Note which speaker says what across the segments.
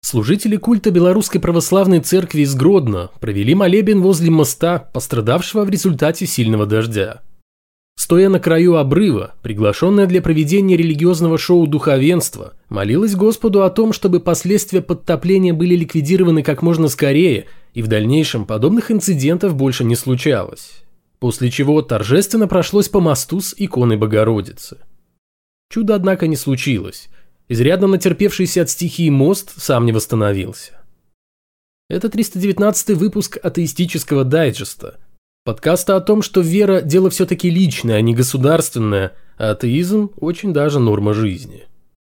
Speaker 1: Служители культа Белорусской Православной Церкви из Гродно провели молебен возле моста, пострадавшего в результате сильного дождя. Стоя на краю обрыва, приглашенная для проведения религиозного шоу духовенство молилась Господу о том, чтобы последствия подтопления были ликвидированы как можно скорее и в дальнейшем подобных инцидентов больше не случалось. После чего торжественно прошлось по мосту с иконой Богородицы. Чудо, однако, не случилось. Изрядно натерпевшийся от стихии мост сам не восстановился. Это 319-й выпуск атеистического дайджеста. Подкаста о том, что вера – дело все-таки личное, а не государственное, а атеизм – очень даже норма жизни.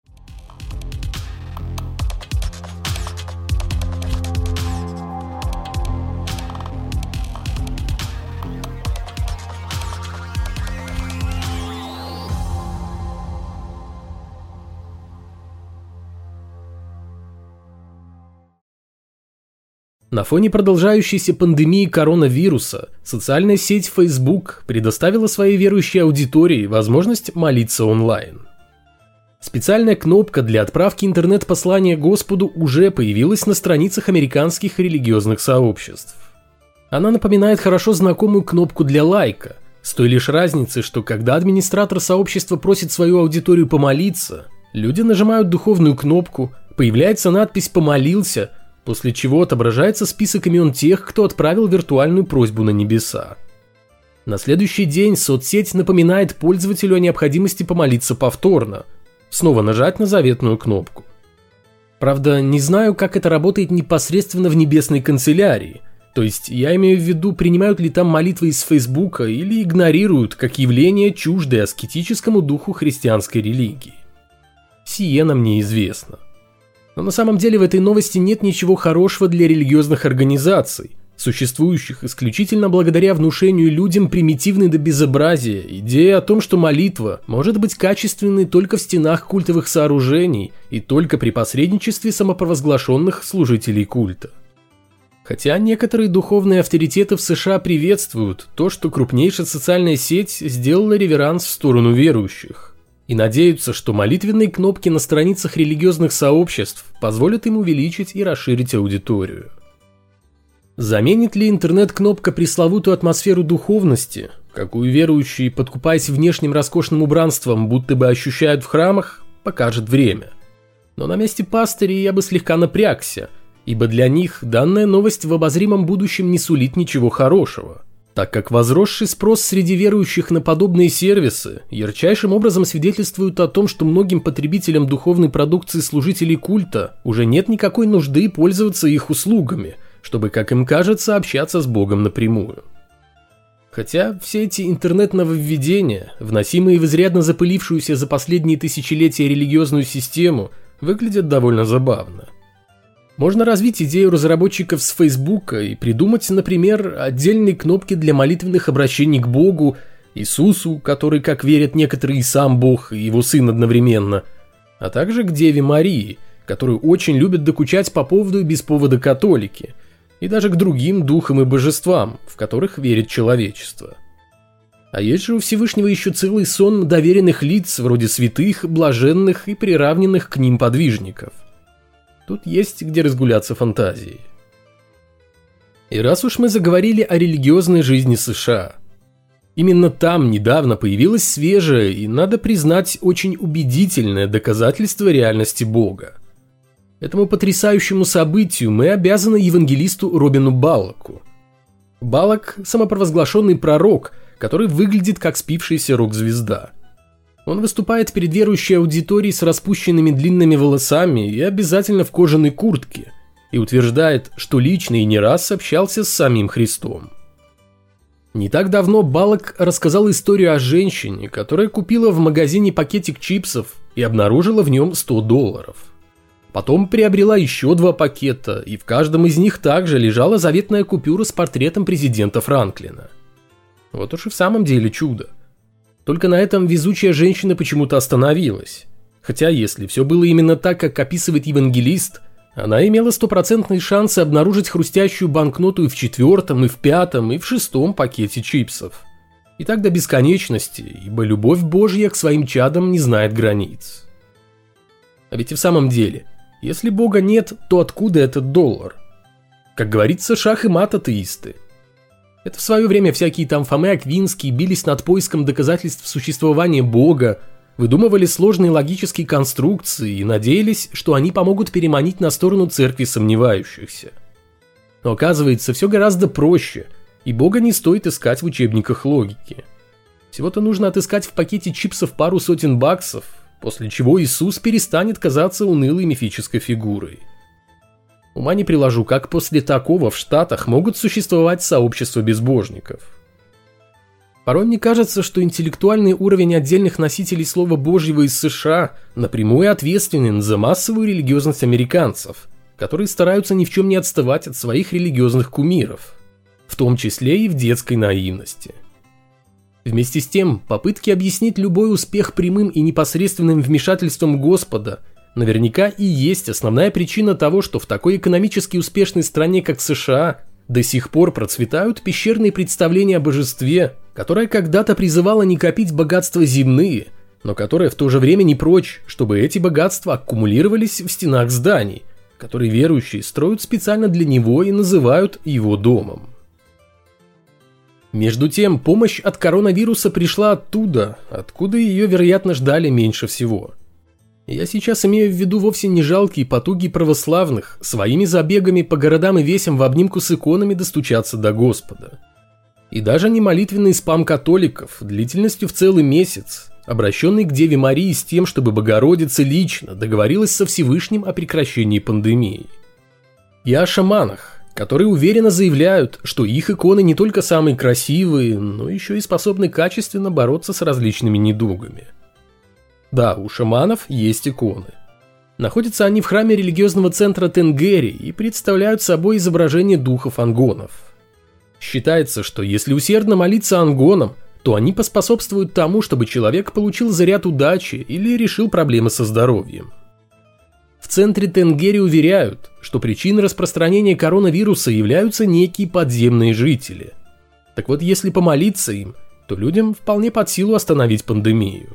Speaker 1: На фоне продолжающейся пандемии коронавируса социальная сеть Facebook предоставила своей верующей аудитории возможность молиться онлайн. Специальная кнопка для отправки интернет-послания Господу уже появилась на страницах американских религиозных сообществ. Она напоминает хорошо знакомую кнопку для лайка, с той лишь разницей, что когда администратор сообщества просит свою аудиторию помолиться, люди нажимают духовную кнопку, появляется надпись «Помолился», после чего отображается список имен тех, кто отправил виртуальную просьбу на небеса. На следующий день соцсеть напоминает пользователю о необходимости помолиться повторно, снова нажать на заветную кнопку. Правда, не знаю, как это работает непосредственно в небесной канцелярии, то есть я имею в виду, принимают ли там молитвы из Фейсбука или игнорируют как явление, чуждое аскетическому духу христианской религии. Сие нам неизвестно. Но на самом деле в этой новости нет ничего хорошего для религиозных организаций, существующих исключительно благодаря внушению людям примитивной до безобразия идеи о том, что молитва может быть качественной только в стенах культовых сооружений и только при посредничестве самопровозглашенных служителей культа. Хотя некоторые духовные авторитеты в США приветствуют то, что крупнейшая социальная сеть сделала реверанс в сторону верующих. И надеются, что молитвенные кнопки на страницах религиозных сообществ позволят им увеличить и расширить аудиторию. Заменит ли интернет-кнопка пресловутую атмосферу духовности, какую верующие, подкупаясь внешним роскошным убранством, будто бы ощущают в храмах, покажет время. Но на месте пастырей я бы слегка напрягся, ибо для них данная новость в обозримом будущем не сулит ничего хорошего, так как возросший спрос среди верующих на подобные сервисы ярчайшим образом свидетельствует о том, что многим потребителям духовной продукции служителей культа уже нет никакой нужды пользоваться их услугами, чтобы, как им кажется, общаться с Богом напрямую. Хотя все эти интернет-нововведения, вносимые в изрядно запылившуюся за последние тысячелетия религиозную систему, выглядят довольно забавно. Можно развить идею разработчиков с Фейсбука и придумать, например, отдельные кнопки для молитвенных обращений к Богу, Иисусу, который, как верят некоторые, и сам Бог, и его сын одновременно, а также к Деве Марии, которую очень любят докучать по поводу и без повода католики, и даже к другим духам и божествам, в которых верит человечество. А есть же у Всевышнего еще целый сон доверенных лиц, вроде святых, блаженных и приравненных к ним подвижников. Тут есть где разгуляться фантазией. И раз уж мы заговорили о религиозной жизни США, именно там недавно появилось свежее и, надо признать, очень убедительное доказательство реальности Бога. Этому потрясающему событию мы обязаны евангелисту Робину Баллоку. Баллок – самопровозглашенный пророк, который выглядит как спившаяся рок-звезда. Он выступает перед верующей аудиторией с распущенными длинными волосами и обязательно в кожаной куртке, и утверждает, что лично и не раз общался с самим Христом. Не так давно Баллок рассказал историю о женщине, которая купила в магазине пакетик чипсов и обнаружила в нем $100. Потом приобрела еще 2 пакета, и в каждом из них также лежала заветная купюра с портретом президента Франклина. Вот уж и в самом деле чудо. Только на этом везучая женщина почему-то остановилась. Хотя если все было именно так, как описывает евангелист, она имела 100% шансы обнаружить хрустящую банкноту и в 4-м, и в 5-м, и в 6-м пакете чипсов. И так до бесконечности, ибо любовь Божья к своим чадам не знает границ. А ведь и в самом деле, Если Бога нет, то откуда этот доллар? Как говорится, шах и мат атеисты. Это в свое время всякие там Фомы Аквинские бились над поиском доказательств существования Бога, выдумывали сложные логические конструкции и надеялись, что они помогут переманить на сторону церкви сомневающихся. Но оказывается, все гораздо проще, и Бога не стоит искать в учебниках логики. Всего-то нужно отыскать в пакете чипсов пару сотен баксов, после чего Иисус перестанет казаться унылой мифической фигурой. Ума не приложу, как после такого в Штатах могут существовать сообщества безбожников. Порой мне кажется, что интеллектуальный уровень отдельных носителей Слова Божьего из США напрямую ответственен за массовую религиозность американцев, которые стараются ни в чем не отставать от своих религиозных кумиров, в том числе и в детской наивности. Вместе с тем, попытки объяснить любой успех прямым и непосредственным вмешательством Господа наверняка и есть основная причина того, что в такой экономически успешной стране, как США, до сих пор процветают пещерные представления о божестве, которое когда-то призывало не копить богатства земные, но которое в то же время не прочь, чтобы эти богатства аккумулировались в стенах зданий, которые верующие строят специально для него и называют его домом. Между тем, помощь от коронавируса пришла оттуда, откуда ее, вероятно, ждали меньше всего. Я сейчас имею в виду вовсе не жалкие потуги православных своими забегами по городам и весям в обнимку с иконами достучаться до Господа. И даже не молитвенный спам католиков длительностью в целый месяц, обращенный к Деве Марии с тем, чтобы Богородица лично договорилась со Всевышним о прекращении пандемии. И о шаманах, которые уверенно заявляют, что их иконы не только самые красивые, но еще и способны качественно бороться с различными недугами. Да, у шаманов есть иконы. Находятся они в храме религиозного центра Тенгери и представляют собой изображение духов ангонов. Считается, что если усердно молиться ангонам, то они поспособствуют тому, чтобы человек получил заряд удачи или решил проблемы со здоровьем. В центре Тенгери уверяют, что причиной распространения коронавируса являются некие подземные жители. Так вот, если помолиться им, то людям вполне под силу остановить пандемию.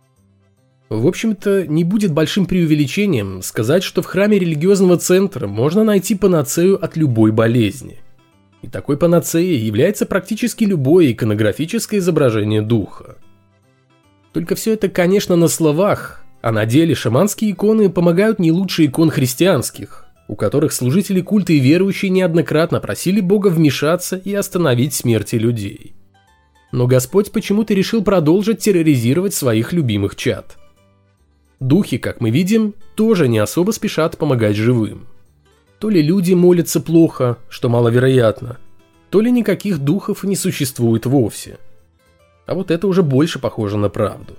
Speaker 1: В общем-то, не будет большим преувеличением сказать, что в храме религиозного центра можно найти панацею от любой болезни. И такой панацеей является практически любое иконографическое изображение духа. Только все это, конечно, на словах, а на деле шаманские иконы помогают не лучше икон христианских, у которых служители культа и верующие неоднократно просили Бога вмешаться и остановить смерти людей. Но Господь почему-то решил продолжить терроризировать своих любимых чад. Духи, как мы видим, тоже не особо спешат помогать живым. То ли люди молятся плохо, что маловероятно, то ли никаких духов не существует вовсе. А вот это уже больше похоже на правду.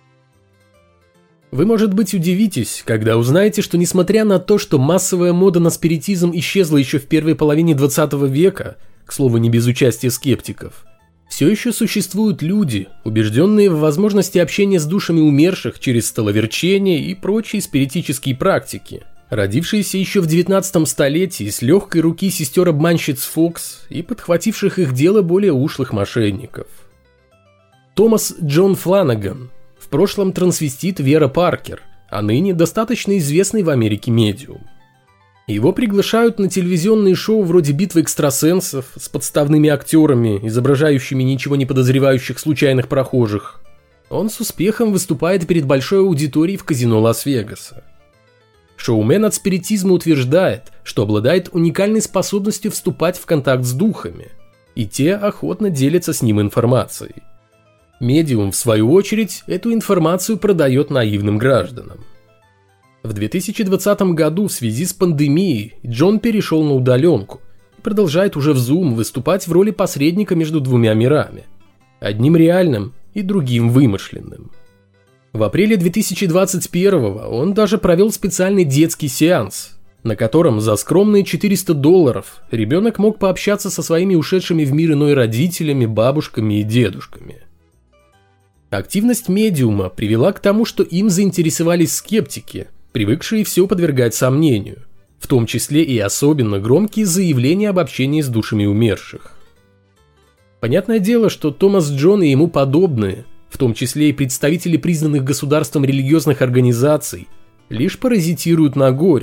Speaker 1: Вы, может быть, удивитесь, когда узнаете, что несмотря на то, что массовая мода на спиритизм исчезла еще в первой половине 20 века, к слову, не без участия скептиков, все еще существуют люди, убежденные в возможности общения с душами умерших через столоверчение и прочие спиритические практики, родившиеся еще в 19 столетии с легкой руки сестер-обманщиц Фокс и подхвативших их дело более ушлых мошенников. Томас Джон Фланаган, в прошлом трансвестит Вера Паркер, а ныне достаточно известный в Америке медиум. Его приглашают на телевизионные шоу вроде «Битвы экстрасенсов» с подставными актерами, изображающими ничего не подозревающих случайных прохожих. Он с успехом выступает перед большой аудиторией в казино Лас-Вегаса. Шоумен от спиритизма утверждает, что обладает уникальной способностью вступать в контакт с духами, и те охотно делятся с ним информацией. Медиум, в свою очередь, эту информацию продает наивным гражданам. В 2020 году в связи с пандемией Джон перешел на удаленку и продолжает уже в Zoom выступать в роли посредника между двумя мирами, одним реальным и другим вымышленным. В апреле 2021 он даже провел специальный детский сеанс, на котором за скромные $400 ребенок мог пообщаться со своими ушедшими в мир иной родителями, бабушками и дедушками. Активность медиума привела к тому, что им заинтересовались скептики, привыкшие все подвергать сомнению, в том числе и особенно громкие заявления об общении с душами умерших. Понятное дело, что Томас Джон и ему подобные, в том числе и представители признанных государством религиозных организаций, лишь паразитируют на горе,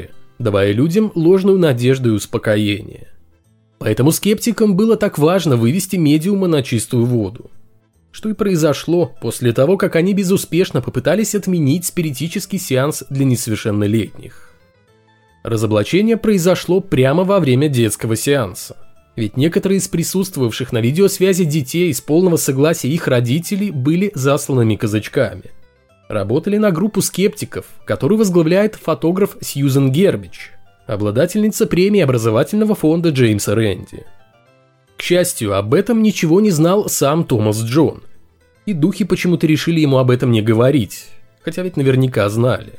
Speaker 1: давая людям ложную надежду и успокоение. Поэтому скептикам было так важно вывести медиума на чистую воду. Что и произошло после того, как они безуспешно попытались отменить спиритический сеанс для несовершеннолетних. Разоблачение произошло прямо во время детского сеанса. Ведь некоторые из присутствовавших на видеосвязи детей с полного согласия их родителей были засланными казачками. Работали на группу скептиков, которую возглавляет фотограф Сьюзен Гербич, обладательница премии образовательного фонда Джеймса Рэнди. К счастью, об этом ничего не знал сам Томас Джон. И духи почему-то решили ему об этом не говорить, хотя ведь наверняка знали.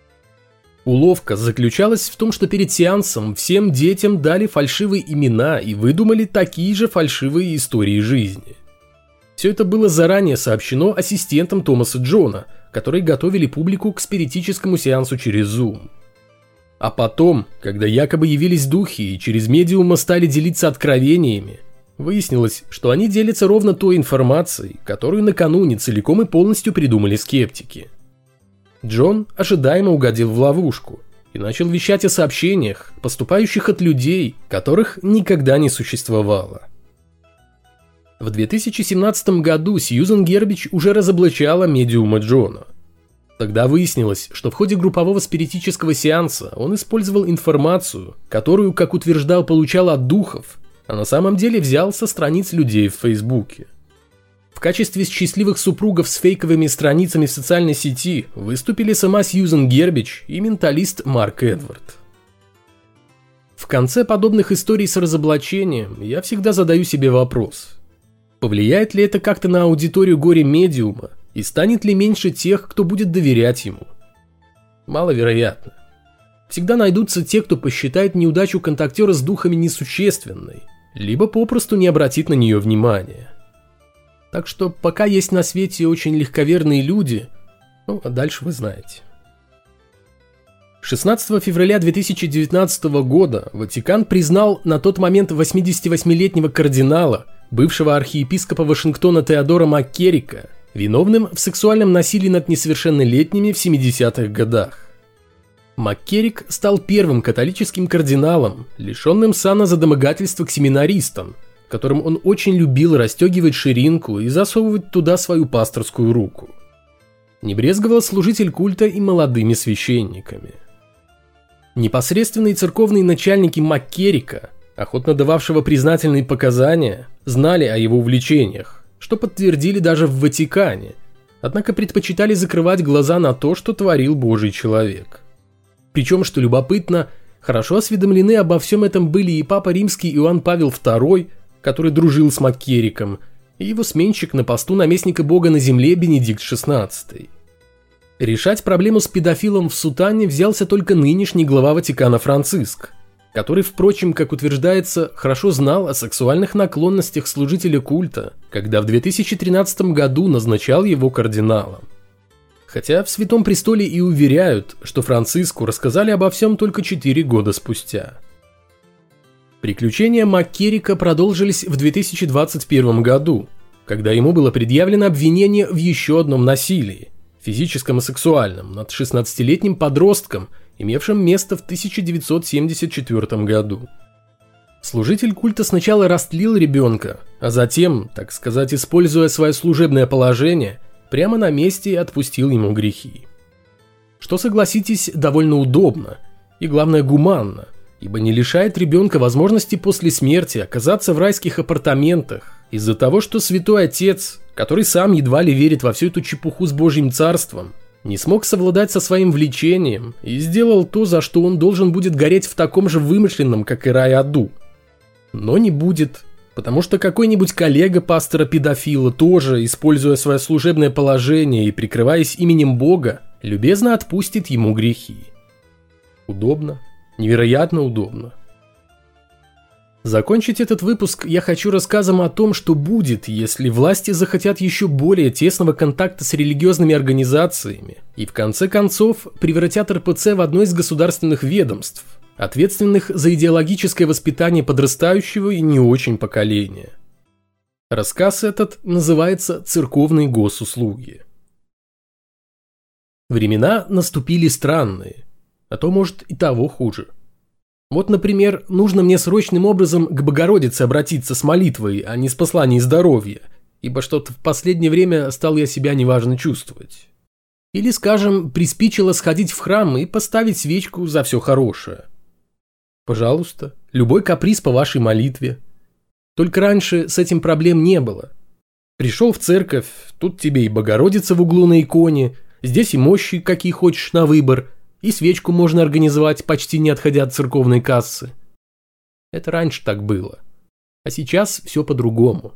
Speaker 1: Уловка заключалась в том, что перед сеансом всем детям дали фальшивые имена и выдумали такие же фальшивые истории жизни. Все это было заранее сообщено ассистентам Томаса Джона, которые готовили публику к спиритическому сеансу через Zoom. А потом, когда якобы явились духи и через медиума стали делиться откровениями, выяснилось, что они делятся ровно той информацией, которую накануне целиком и полностью придумали скептики. Джон ожидаемо угодил в ловушку и начал вещать о сообщениях, поступающих от людей, которых никогда не существовало. В 2017 году Сьюзен Гербич уже разоблачала медиума Джона. Тогда выяснилось, что в ходе группового спиритического сеанса он использовал информацию, которую, как утверждал, получал от духов, а на самом деле взял со страниц людей в Фейсбуке. В качестве счастливых супругов с фейковыми страницами в социальной сети выступили сама Сьюзен Гербич и менталист Марк Эдвард. В конце подобных историй с разоблачением я всегда задаю себе вопрос: повлияет ли это как-то на аудиторию горе-медиума и станет ли меньше тех, кто будет доверять ему? Маловероятно. Всегда найдутся те, кто посчитает неудачу контактера с духами несущественной, либо попросту не обратит на нее внимания. Так что пока есть на свете очень легковерные люди, а дальше вы знаете. 16 февраля 2019 года Ватикан признал на тот момент 88-летнего кардинала, бывшего архиепископа Вашингтона Теодора Маккерика, виновным в сексуальном насилии над несовершеннолетними в 70-х годах. Маккерик стал первым католическим кардиналом, лишенным сана за домогательство к семинаристам, которым он очень любил расстегивать ширинку и засовывать туда свою пасторскую руку. Не брезговал служитель культа и молодыми священниками. Непосредственные церковные начальники Маккерика, охотно дававшего признательные показания, знали о его увлечениях, что подтвердили даже в Ватикане, однако предпочитали закрывать глаза на то, что творил Божий человек. Причем, что любопытно, хорошо осведомлены обо всем этом были и Папа Римский Иоанн Павел II, который дружил с Маккериком, и его сменщик на посту наместника Бога на земле Бенедикт XVI. Решать проблему с педофилом в сутане взялся только нынешний глава Ватикана Франциск, который, впрочем, как утверждается, хорошо знал о сексуальных наклонностях служителя культа, когда в 2013 году назначал его кардиналом. Хотя в Святом Престоле и уверяют, что Франциску рассказали обо всем только 4 года спустя. Приключения Маккерика продолжились в 2021 году, когда ему было предъявлено обвинение в еще одном насилии, физическом и сексуальном, над 16-летним подростком, имевшим место в 1974 году. Служитель культа сначала растлил ребенка, а затем, так сказать, используя свое служебное положение, прямо на месте отпустил ему грехи. Что, согласитесь, довольно удобно и, главное, гуманно, ибо не лишает ребенка возможности после смерти оказаться в райских апартаментах из-за того, что святой отец, который сам едва ли верит во всю эту чепуху с Божьим царством, не смог совладать со своим влечением и сделал то, за что он должен будет гореть в таком же вымышленном, как и рай, аду. Но не будет, потому что какой-нибудь коллега пастора-педофила тоже, используя свое служебное положение и прикрываясь именем Бога, любезно отпустит ему грехи. Удобно. Невероятно удобно. Закончить этот выпуск я хочу рассказом о том, что будет, если власти захотят еще более тесного контакта с религиозными организациями и в конце концов превратят РПЦ в одно из государственных ведомств, ответственных за идеологическое воспитание подрастающего и не очень поколения. Рассказ этот называется «Церковные госуслуги». Времена наступили странные. А то, может, и того хуже. Вот, например, нужно мне срочным образом к Богородице обратиться с молитвой, а не с посланием здоровья, ибо что-то в последнее время стал я себя неважно чувствовать. Или, скажем, приспичило сходить в храм и поставить свечку за все хорошее. Пожалуйста, любой каприз по вашей молитве. Только раньше с этим проблем не было. Пришел в церковь, тут тебе и Богородица в углу на иконе, здесь и мощи, какие хочешь, на выбор, и свечку можно организовать, почти не отходя от церковной кассы. Это раньше так было. А сейчас все по-другому.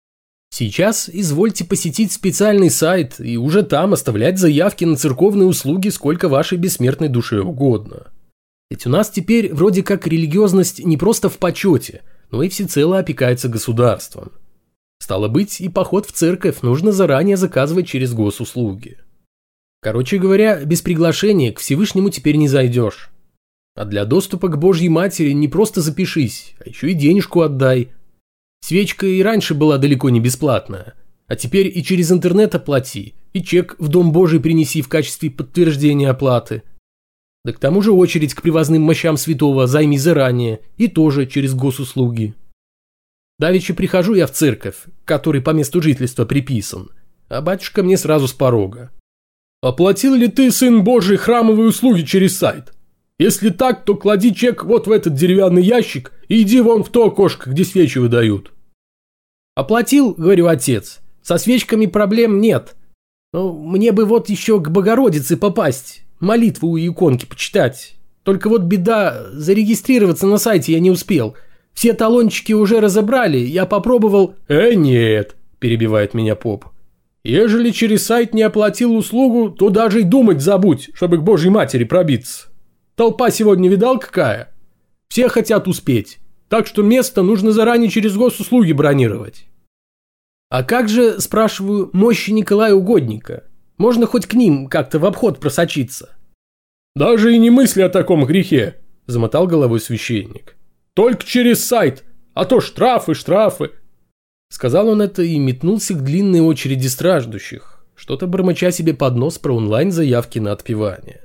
Speaker 1: Сейчас извольте посетить специальный сайт и уже там оставлять заявки на церковные услуги сколько вашей бессмертной душе угодно. Ведь у нас теперь вроде как религиозность не просто в почете, но и всецело опекается государством. Стало быть, и поход в церковь нужно заранее заказывать через госуслуги. Короче говоря, без приглашения к Всевышнему теперь не зайдешь. А для доступа к Божьей Матери не просто запишись, а еще и денежку отдай. Свечка и раньше была далеко не бесплатная, а теперь и через интернет оплати, и чек в Дом Божий принеси в качестве подтверждения оплаты. Да к тому же очередь к привозным мощам святого займи заранее, и тоже через госуслуги. Давеча прихожу я в церковь, который по месту жительства приписан, а батюшка мне сразу с порога: «Оплатил ли ты, сын Божий, храмовые услуги через сайт? Если так, то клади чек вот в этот деревянный ящик и иди вон в то окошко, где свечи выдают». «Оплатил, — говорю, отец, — со свечками проблем нет. Но мне бы вот еще к Богородице попасть, молитву у иконки почитать. Только вот беда, зарегистрироваться на сайте я не успел. Все талончики уже разобрали, я попробовал...» «Нет, — перебивает меня поп. Ежели через сайт не оплатил услугу, то даже и думать забудь, чтобы к Божьей Матери пробиться. Толпа сегодня видал какая? Все хотят успеть, так что место нужно заранее через госуслуги бронировать». «А как же, — спрашиваю, — мощи Николая Угодника? Можно хоть к ним как-то в обход просочиться?» «Даже и не мысли о таком грехе, — замотал головой священник. Только через сайт, а то штрафы, штрафы». Сказал он это и метнулся к длинной очереди страждущих, что-то бормоча себе под нос про онлайн-заявки на отпевание.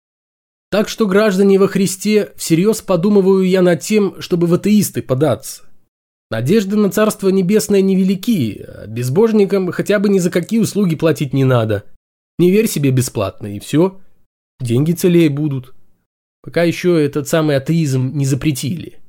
Speaker 1: Так что, граждане во Христе, всерьез подумываю я над тем, чтобы в атеисты податься. Надежды на Царство Небесное невелики, а безбожникам хотя бы ни за какие услуги платить не надо. Не верь себе бесплатно, и все. Деньги целее будут. Пока еще этот самый атеизм не запретили.